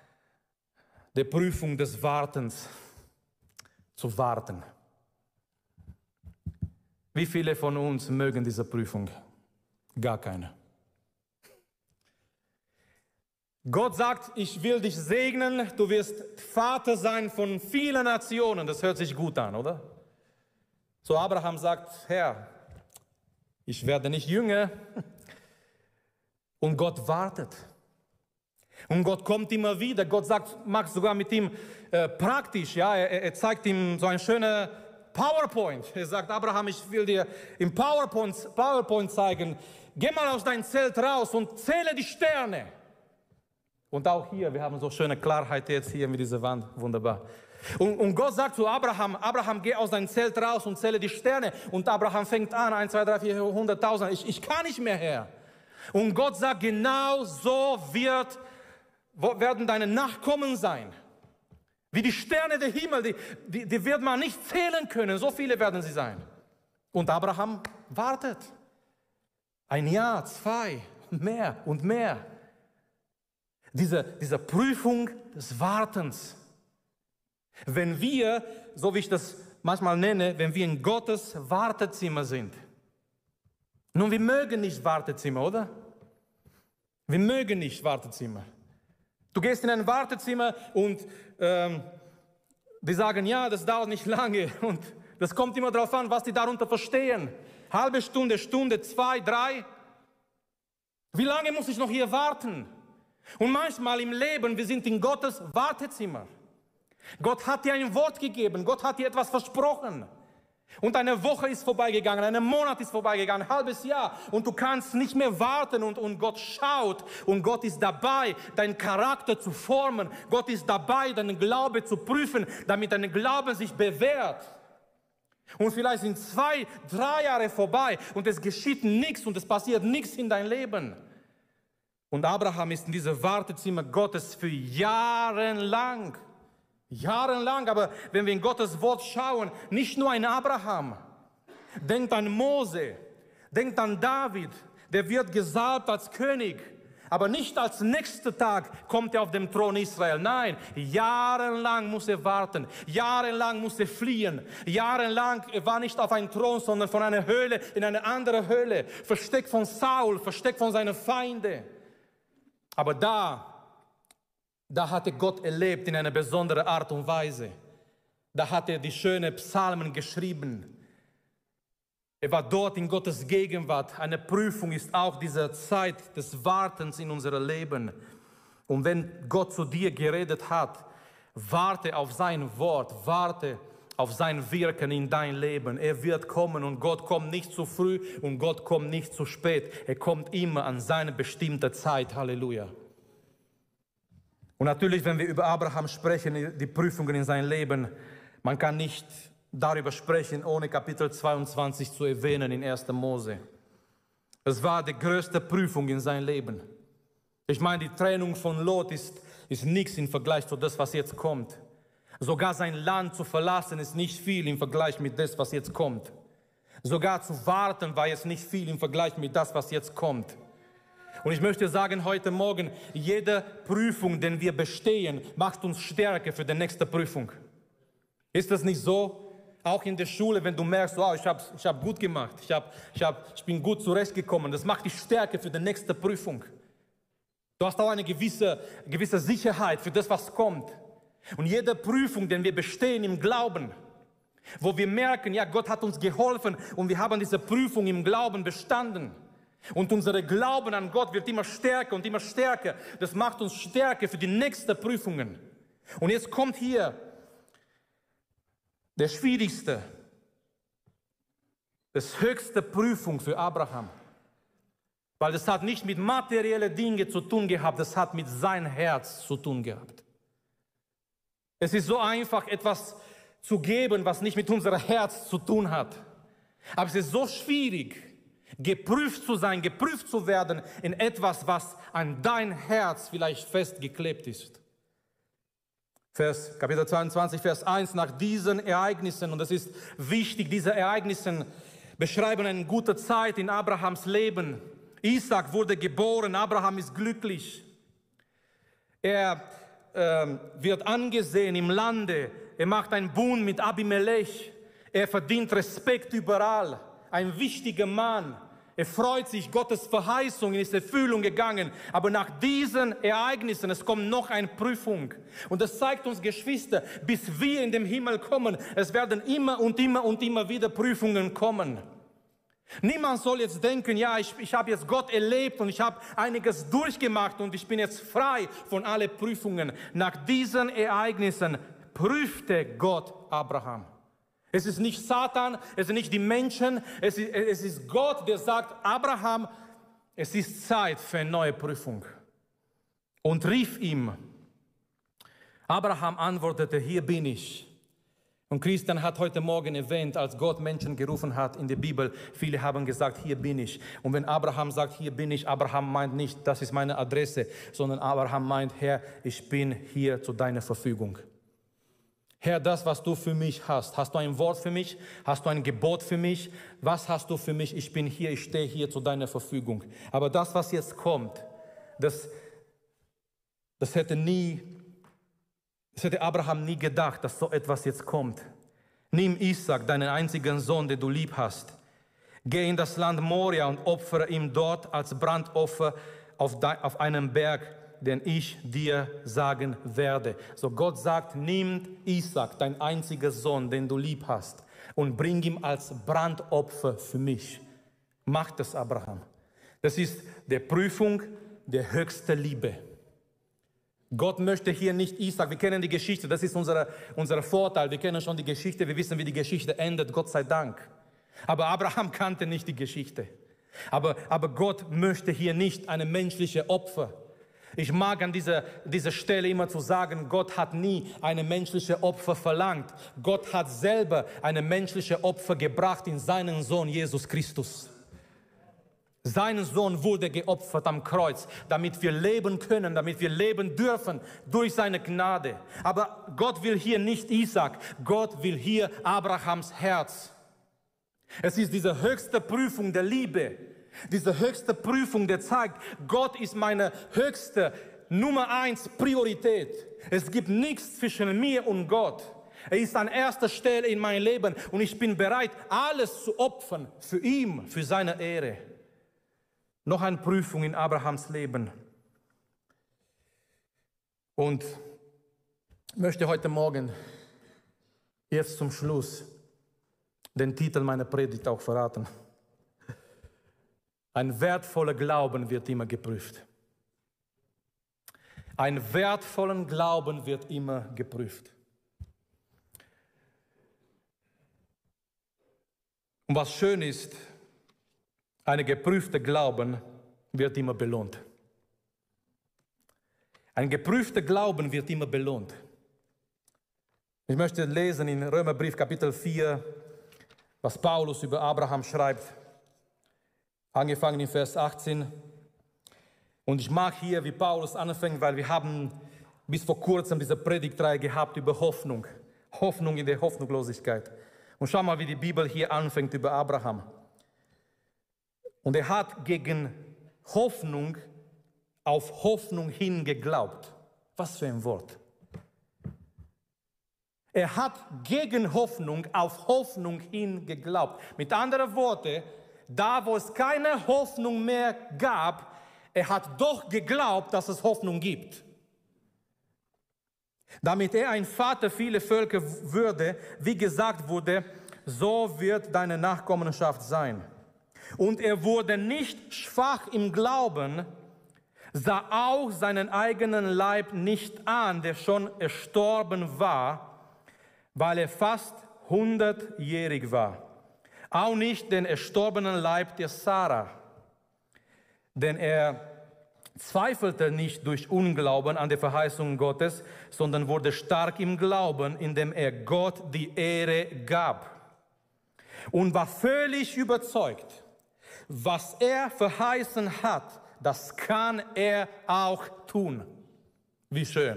die Prüfung des Wartens. Zu warten. Wie viele von uns mögen diese Prüfung? Gar keine. Gott sagt, ich will dich segnen, du wirst Vater sein von vielen Nationen. Das hört sich gut an, oder? So Abraham sagt, Herr, ich werde nicht jünger. Und Gott wartet. Und Gott kommt immer wieder. Gott sagt, macht sogar mit ihm äh, praktisch. Ja? Er, er zeigt ihm so ein schöner PowerPoint. Er sagt, Abraham, ich will dir im PowerPoint, PowerPoint zeigen. Geh mal aus deinem Zelt raus und zähle die Sterne. Und auch hier, wir haben so schöne Klarheit jetzt hier mit dieser Wand. Wunderbar. Und, und Gott sagt zu Abraham, Abraham, geh aus deinem Zelt raus und zähle die Sterne. Und Abraham fängt an, eins, zwei, drei, vier, hunderttausend. Ich, ich kann nicht mehr, Herr. Und Gott sagt, genau so wird, werden deine Nachkommen sein. Wie die Sterne der Himmel, die, die, die wird man nicht zählen können. So viele werden sie sein. Und Abraham wartet. Ein Jahr, zwei, mehr und mehr. Diese, diese Prüfung des Wartens. Wenn wir, so wie ich das manchmal nenne, wenn wir in Gottes Wartezimmer sind. Nun, wir mögen nicht Wartezimmer, oder? Wir mögen nicht Wartezimmer. Du gehst in ein Wartezimmer und ähm, die sagen, ja, das dauert nicht lange. Und das kommt immer darauf an, was die darunter verstehen. Halbe Stunde, Stunde, zwei, drei. Wie lange muss ich noch hier warten? Und manchmal im Leben, wir sind in Gottes Wartezimmer. Gott hat dir ein Wort gegeben, Gott hat dir etwas versprochen. Und eine Woche ist vorbeigegangen, ein Monat ist vorbeigegangen, ein halbes Jahr. Und du kannst nicht mehr warten und, und Gott schaut und Gott ist dabei, deinen Charakter zu formen. Gott ist dabei, deinen Glaube zu prüfen, damit dein Glaube sich bewährt. Und vielleicht sind zwei, drei Jahre vorbei und es geschieht nichts und es passiert nichts in dein Leben. Und Abraham ist in diesem Wartezimmer Gottes für Jahre lang. Jahrelang, aber wenn wir in Gottes Wort schauen, nicht nur ein Abraham, denkt an Mose, denkt an David, der wird gesalbt als König, aber nicht als nächster Tag kommt er auf den Thron Israel. Nein, jahrelang muss er warten, jahrelang muss er fliehen, jahrelang er war nicht auf einem Thron, sondern von einer Höhle in eine andere Höhle, versteckt von Saul, versteckt von seinen Feinden. Aber da Da hat er Gott erlebt in einer besonderen Art und Weise. Da hat er die schönen Psalmen geschrieben. Er war dort in Gottes Gegenwart. Eine Prüfung ist auch diese Zeit des Wartens in unserem Leben. Und wenn Gott zu dir geredet hat, warte auf sein Wort, warte auf sein Wirken in dein Leben. Er wird kommen und Gott kommt nicht zu früh und Gott kommt nicht zu spät. Er kommt immer an seine bestimmte Zeit. Halleluja. Und natürlich, wenn wir über Abraham sprechen, die Prüfungen in seinem Leben, man kann nicht darüber sprechen, ohne Kapitel zweiundzwanzig zu erwähnen in erster Mose. Es war die größte Prüfung in seinem Leben. Ich meine, die Trennung von Lot ist, ist nichts im Vergleich zu dem, was jetzt kommt. Sogar sein Land zu verlassen ist nicht viel im Vergleich mit dem, was jetzt kommt. Sogar zu warten war jetzt nicht viel im Vergleich mit dem, was jetzt kommt. Und ich möchte sagen, heute Morgen, jede Prüfung, die wir bestehen, macht uns stärker für die nächste Prüfung. Ist das nicht so? Auch in der Schule, wenn du merkst, wow, ich habe ich hab gut gemacht, ich, hab, ich, hab, ich bin gut zurechtgekommen, das macht dich stärker für die nächste Prüfung. Du hast auch eine gewisse, gewisse Sicherheit für das, was kommt. Und jede Prüfung, die wir bestehen im Glauben, wo wir merken, ja, Gott hat uns geholfen und wir haben diese Prüfung im Glauben bestanden. Und unser Glauben an Gott wird immer stärker und immer stärker. Das macht uns stärker für die nächsten Prüfungen. Und jetzt kommt hier der schwierigste, das höchste Prüfung für Abraham. Weil das hat nicht mit materiellen Dingen zu tun gehabt, das hat mit seinem Herz zu tun gehabt. Es ist so einfach, etwas zu geben, was nicht mit unserem Herz zu tun hat. Aber es ist so schwierig, geprüft zu sein, geprüft zu werden in etwas, was an dein Herz vielleicht festgeklebt ist. Vers, Kapitel zweiundzwanzig, Vers eins, nach diesen Ereignissen, und das ist wichtig, diese Ereignisse beschreiben eine gute Zeit in Abrahams Leben. Isaac wurde geboren, Abraham ist glücklich. Er äh, wird angesehen im Lande, er macht einen Bund mit Abimelech, er verdient Respekt überall, ein wichtiger Mann. Er freut sich, Gottes Verheißung ist in Erfüllung gegangen. Aber nach diesen Ereignissen, es kommt noch eine Prüfung. Und das zeigt uns, Geschwister, bis wir in den Himmel kommen, es werden immer und immer und immer wieder Prüfungen kommen. Niemand soll jetzt denken, ja, ich, ich habe jetzt Gott erlebt und ich habe einiges durchgemacht und ich bin jetzt frei von allen Prüfungen. Nach diesen Ereignissen prüfte Gott Abraham. Es ist nicht Satan, es sind nicht die Menschen, es ist, es ist Gott, der sagt, Abraham, es ist Zeit für eine neue Prüfung. Und rief ihm. Abraham antwortete, hier bin ich. Und Christian hat heute Morgen erwähnt, als Gott Menschen gerufen hat in der Bibel, viele haben gesagt, hier bin ich. Und wenn Abraham sagt, hier bin ich, Abraham meint nicht, das ist meine Adresse, sondern Abraham meint, Herr, ich bin hier zu deiner Verfügung. Herr, das, was du für mich hast, hast du ein Wort für mich? Hast du ein Gebot für mich? Was hast du für mich? Ich bin hier, ich stehe hier zu deiner Verfügung. Aber das, was jetzt kommt, das, das hätte nie, das hätte Abraham nie gedacht, dass so etwas jetzt kommt. Nimm Isaac, deinen einzigen Sohn, den du lieb hast. Geh in das Land Moria und opfere ihm dort als Brandopfer auf, de, auf einem Berg, den ich dir sagen werde. So Gott sagt, nimm Isaac, dein einziger Sohn, den du lieb hast, und bring ihn als Brandopfer für mich. Mach das, Abraham. Das ist die Prüfung der höchsten Liebe. Gott möchte hier nicht Isaac, wir kennen die Geschichte, das ist unser, unser Vorteil, wir kennen schon die Geschichte, wir wissen, wie die Geschichte endet, Gott sei Dank. Aber Abraham kannte nicht die Geschichte. Aber, aber Gott möchte hier nicht eine menschliche Opfer. Ich mag an dieser, dieser Stelle immer zu sagen, Gott hat nie eine menschliche Opfer verlangt. Gott hat selber eine menschliche Opfer gebracht in seinen Sohn Jesus Christus. Sein Sohn wurde geopfert am Kreuz, damit wir leben können, damit wir leben dürfen durch seine Gnade. Aber Gott will hier nicht Isaac, Gott will hier Abrahams Herz. Es ist diese höchste Prüfung der Liebe, diese höchste Prüfung, die zeigt, Gott ist meine höchste Nummer eins Priorität. Es gibt nichts zwischen mir und Gott. Er ist an erster Stelle in meinem Leben und ich bin bereit, alles zu opfern für ihn, für seine Ehre. Noch eine Prüfung in Abrahams Leben. Und ich möchte heute Morgen jetzt zum Schluss den Titel meiner Predigt auch verraten. Ein wertvoller Glauben wird immer geprüft. Ein wertvoller Glauben wird immer geprüft. Und was schön ist, ein geprüfter Glauben wird immer belohnt. Ein geprüfter Glauben wird immer belohnt. Ich möchte lesen in Römerbrief Kapitel vier, was Paulus über Abraham schreibt, angefangen in Vers achtzehn. Und ich mag hier, wie Paulus anfängt, weil wir haben bis vor kurzem diese Predigtreihe gehabt über Hoffnung. Hoffnung in der Hoffnungslosigkeit. Und schau mal, wie die Bibel hier anfängt über Abraham. Und er hat gegen Hoffnung auf Hoffnung hin geglaubt. Was für ein Wort. Er hat gegen Hoffnung auf Hoffnung hin geglaubt. Mit anderen Worten, da wo es keine Hoffnung mehr gab, er hat doch geglaubt, dass es Hoffnung gibt. Damit er ein Vater vieler Völker würde, wie gesagt wurde, so wird deine Nachkommenschaft sein. Und er wurde nicht schwach im Glauben, sah auch seinen eigenen Leib nicht an, der schon erstorben war, weil er fast hundertjährig war. Auch nicht den erstorbenen Leib der Sarah. Denn er zweifelte nicht durch Unglauben an der Verheißung Gottes, sondern wurde stark im Glauben, indem er Gott die Ehre gab. Und war völlig überzeugt, was er verheißen hat, das kann er auch tun. Wie schön.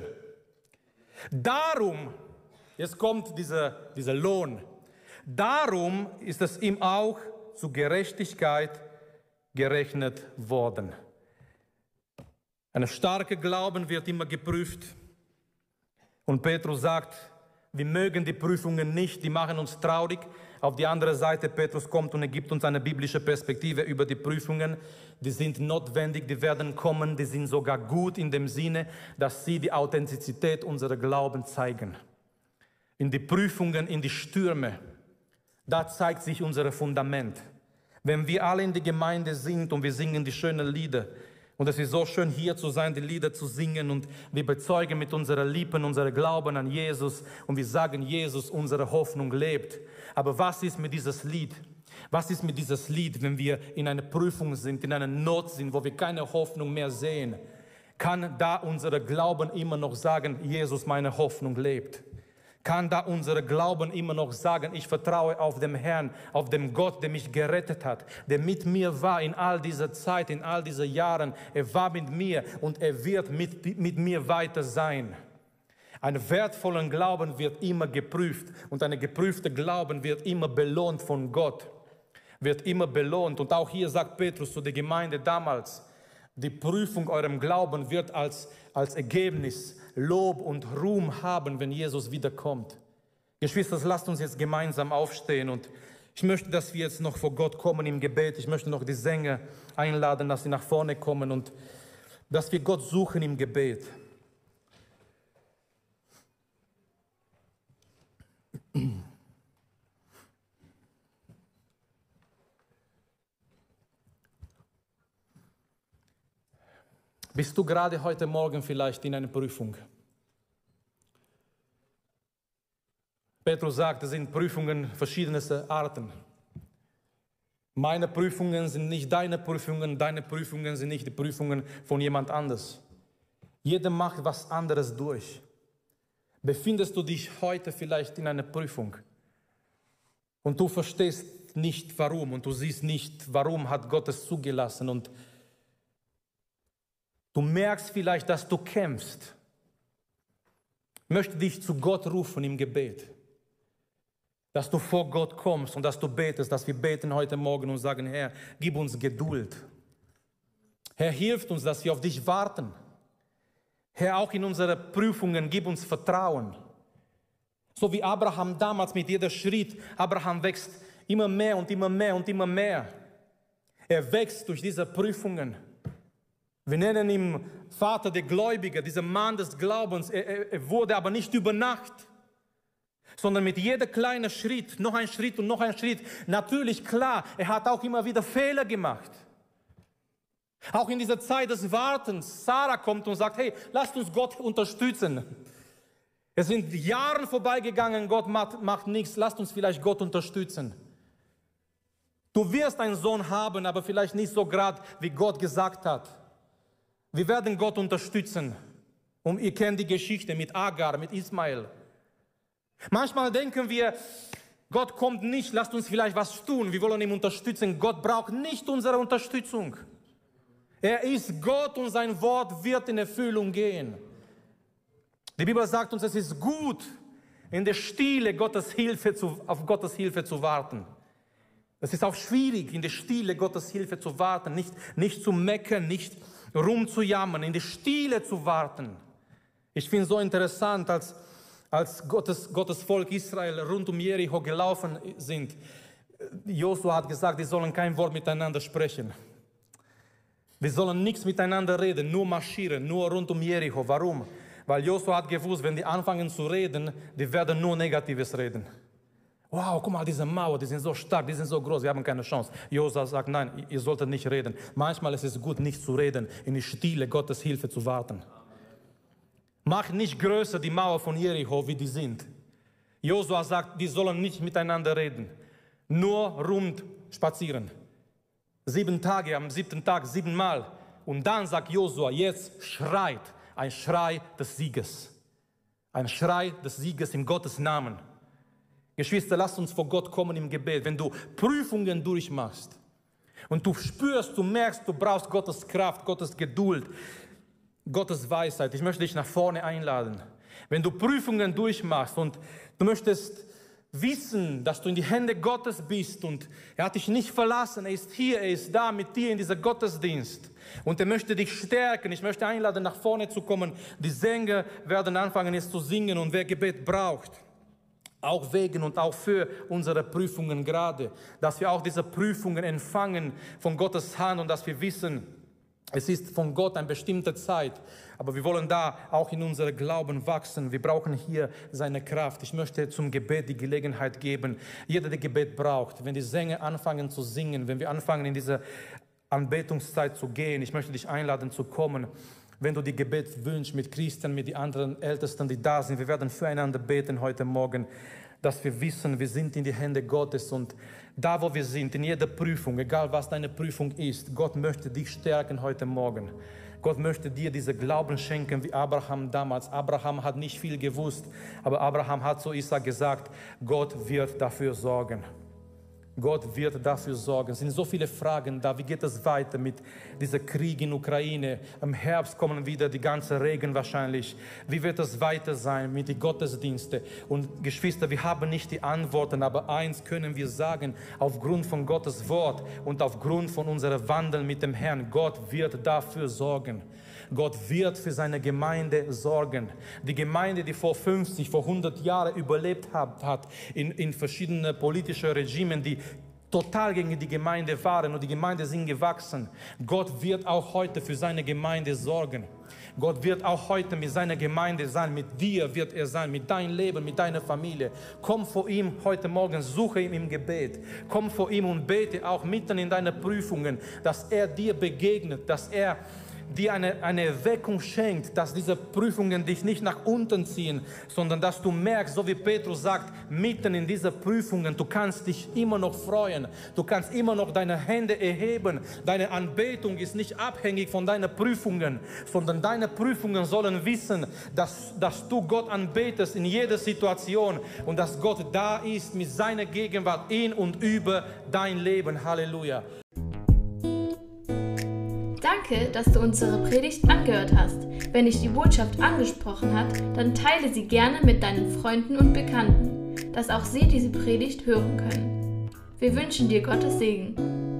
Darum, jetzt kommt dieser, dieser Lohn, darum ist es ihm auch zur Gerechtigkeit gerechnet worden. Ein starker Glauben wird immer geprüft. Und Petrus sagt, wir mögen die Prüfungen nicht, die machen uns traurig. Auf die andere Seite, Petrus kommt und er gibt uns eine biblische Perspektive über die Prüfungen. Die sind notwendig, die werden kommen, die sind sogar gut in dem Sinne, dass sie die Authentizität unserer Glauben zeigen. In die Prüfungen, in die Stürme, da zeigt sich unser Fundament. Wenn wir alle in die Gemeinde sind und wir singen die schönen Lieder, und es ist so schön, hier zu sein, die Lieder zu singen, und wir bezeugen mit unserer Lippen, unser Glauben an Jesus, und wir sagen, Jesus, unsere Hoffnung lebt. Aber was ist mit dieses Lied? Was ist mit dieses Lied, wenn wir in einer Prüfung sind, in einer Not sind, wo wir keine Hoffnung mehr sehen? Kann da unser Glauben immer noch sagen, Jesus, meine Hoffnung lebt? Kann da unser Glauben immer noch sagen, ich vertraue auf den Herrn, auf den Gott, der mich gerettet hat, der mit mir war in all dieser Zeit, in all diesen Jahren. Er war mit mir und er wird mit, mit mir weiter sein. Ein wertvoller Glauben wird immer geprüft und ein geprüfter Glauben wird immer belohnt von Gott, wird immer belohnt. Und auch hier sagt Petrus zu der Gemeinde damals, die Prüfung eurem Glauben wird als, als Ergebnis Lob und Ruhm haben, wenn Jesus wiederkommt. Geschwister, lasst uns jetzt gemeinsam aufstehen und ich möchte, dass wir jetzt noch vor Gott kommen im Gebet. Ich möchte noch die Sänger einladen, dass sie nach vorne kommen und dass wir Gott suchen im Gebet. Bist du gerade heute Morgen vielleicht in einer Prüfung? Petrus sagt, es sind Prüfungen verschiedenster Arten. Meine Prüfungen sind nicht deine Prüfungen, deine Prüfungen sind nicht die Prüfungen von jemand anders. Jeder macht was anderes durch. Befindest du dich heute vielleicht in einer Prüfung und du verstehst nicht warum und du siehst nicht, warum hat Gott es zugelassen und du merkst vielleicht, dass du kämpfst. Ich möchte dich zu Gott rufen im Gebet, dass du vor Gott kommst und dass du betest, dass wir beten heute Morgen und sagen, Herr, gib uns Geduld. Herr, hilf uns, dass wir auf dich warten. Herr, auch in unseren Prüfungen, gib uns Vertrauen. So wie Abraham damals mit jedem Schritt, Abraham wächst immer mehr und immer mehr und immer mehr. Er wächst durch diese Prüfungen. Wir nennen ihn Vater der Gläubigen, dieser Mann des Glaubens. Er, er, er wurde aber nicht über Nacht, sondern mit jedem kleinen Schritt, noch ein Schritt und noch ein Schritt. Natürlich, klar, er hat auch immer wieder Fehler gemacht. Auch in dieser Zeit des Wartens, Sarah kommt und sagt, hey, lasst uns Gott unterstützen. Es sind Jahre vorbeigegangen, Gott macht, macht nichts, lasst uns vielleicht Gott unterstützen. Du wirst einen Sohn haben, aber vielleicht nicht so gerade, wie Gott gesagt hat. Wir werden Gott unterstützen. Und ihr kennt die Geschichte mit Agar, mit Ismael. Manchmal denken wir, Gott kommt nicht, lasst uns vielleicht was tun, wir wollen ihn unterstützen. Gott braucht nicht unsere Unterstützung. Er ist Gott und sein Wort wird in Erfüllung gehen. Die Bibel sagt uns, es ist gut, in der Stille Gottes Hilfe zu, auf Gottes Hilfe zu warten. Es ist auch schwierig, in der Stille Gottes Hilfe zu warten, nicht, nicht zu meckern, nicht rumzujammern, in der Stille zu warten. Ich finde es so interessant, als, als Gottes, Gottes Volk Israel rund um Jericho gelaufen sind. Josua hat gesagt, die sollen kein Wort miteinander sprechen. Wir sollen nichts miteinander reden, nur marschieren, nur rund um Jericho. Warum? Weil Josua hat gewusst, wenn die anfangen zu reden, die werden nur Negatives reden. Wow, guck mal, diese Mauer, die sind so stark, die sind so groß, wir haben keine Chance. Josua sagt, nein, ihr solltet nicht reden. Manchmal ist es gut, nicht zu reden, in die Stille Gottes Hilfe zu warten. Mach nicht größer die Mauer von Jericho, wie die sind. Josua sagt, die sollen nicht miteinander reden, nur rund spazieren. Sieben Tage, am siebten Tag siebenmal. Und dann sagt Josua, jetzt schreit, ein Schrei des Sieges. Ein Schrei des Sieges in Gottes Namen. Geschwister, lasst uns vor Gott kommen im Gebet. Wenn du Prüfungen durchmachst und du spürst, du merkst, du brauchst Gottes Kraft, Gottes Geduld, Gottes Weisheit. Ich möchte dich nach vorne einladen. Wenn du Prüfungen durchmachst und du möchtest wissen, dass du in die Hände Gottes bist und er hat dich nicht verlassen, er ist hier, er ist da mit dir in dieser Gottesdienst und er möchte dich stärken. Ich möchte einladen, nach vorne zu kommen. Die Sänger werden anfangen jetzt zu singen und wer Gebet braucht, auch wegen und auch für unsere Prüfungen gerade, dass wir auch diese Prüfungen empfangen von Gottes Hand und dass wir wissen, es ist von Gott eine bestimmte Zeit, aber wir wollen da auch in unserem Glauben wachsen. Wir brauchen hier seine Kraft. Ich möchte zum Gebet die Gelegenheit geben, jeder, der Gebet braucht, wenn die Sänger anfangen zu singen, wenn wir anfangen in diese Anbetungszeit zu gehen, ich möchte dich einladen zu kommen. Wenn du die Gebet wünschst mit Christen, mit den anderen Ältesten, die da sind, wir werden füreinander beten heute Morgen, dass wir wissen, wir sind in die Hände Gottes und da, wo wir sind, in jeder Prüfung, egal was deine Prüfung ist, Gott möchte dich stärken heute Morgen. Gott möchte dir diesen Glauben schenken, wie Abraham damals. Abraham hat nicht viel gewusst, aber Abraham hat zu Isaac gesagt, Gott wird dafür sorgen. Gott wird dafür sorgen. Es sind so viele Fragen da. Wie geht es weiter mit diesem Krieg in Ukraine? Im Herbst kommen wieder die ganzen Regen wahrscheinlich. Wie wird es weiter sein mit den Gottesdiensten? Und Geschwister, wir haben nicht die Antworten, aber eins können wir sagen, aufgrund von Gottes Wort und aufgrund von unserem Wandel mit dem Herrn, Gott wird dafür sorgen. Gott wird für seine Gemeinde sorgen. Die Gemeinde, die vor fünfzig, vor hundert Jahren überlebt hat, hat in, in verschiedenen politischen Regimen, die total gegen die Gemeinde waren und die Gemeinde sind gewachsen. Gott wird auch heute für seine Gemeinde sorgen. Gott wird auch heute mit seiner Gemeinde sein, mit dir wird er sein, mit deinem Leben, mit deiner Familie. Komm vor ihm heute Morgen, suche ihn im Gebet. Komm vor ihm und bete auch mitten in deinen Prüfungen, dass er dir begegnet, dass er dir eine, eine Erweckung schenkt, dass diese Prüfungen dich nicht nach unten ziehen, sondern dass du merkst, so wie Petrus sagt, mitten in diese Prüfungen, du kannst dich immer noch freuen, du kannst immer noch deine Hände erheben. Deine Anbetung ist nicht abhängig von deinen Prüfungen, sondern deine Prüfungen sollen wissen, dass, dass du Gott anbetest in jeder Situation und dass Gott da ist mit seiner Gegenwart in und über dein Leben. Halleluja. Danke, dass du unsere Predigt angehört hast. Wenn dich die Botschaft angesprochen hat, dann teile sie gerne mit deinen Freunden und Bekannten, dass auch sie diese Predigt hören können. Wir wünschen dir Gottes Segen.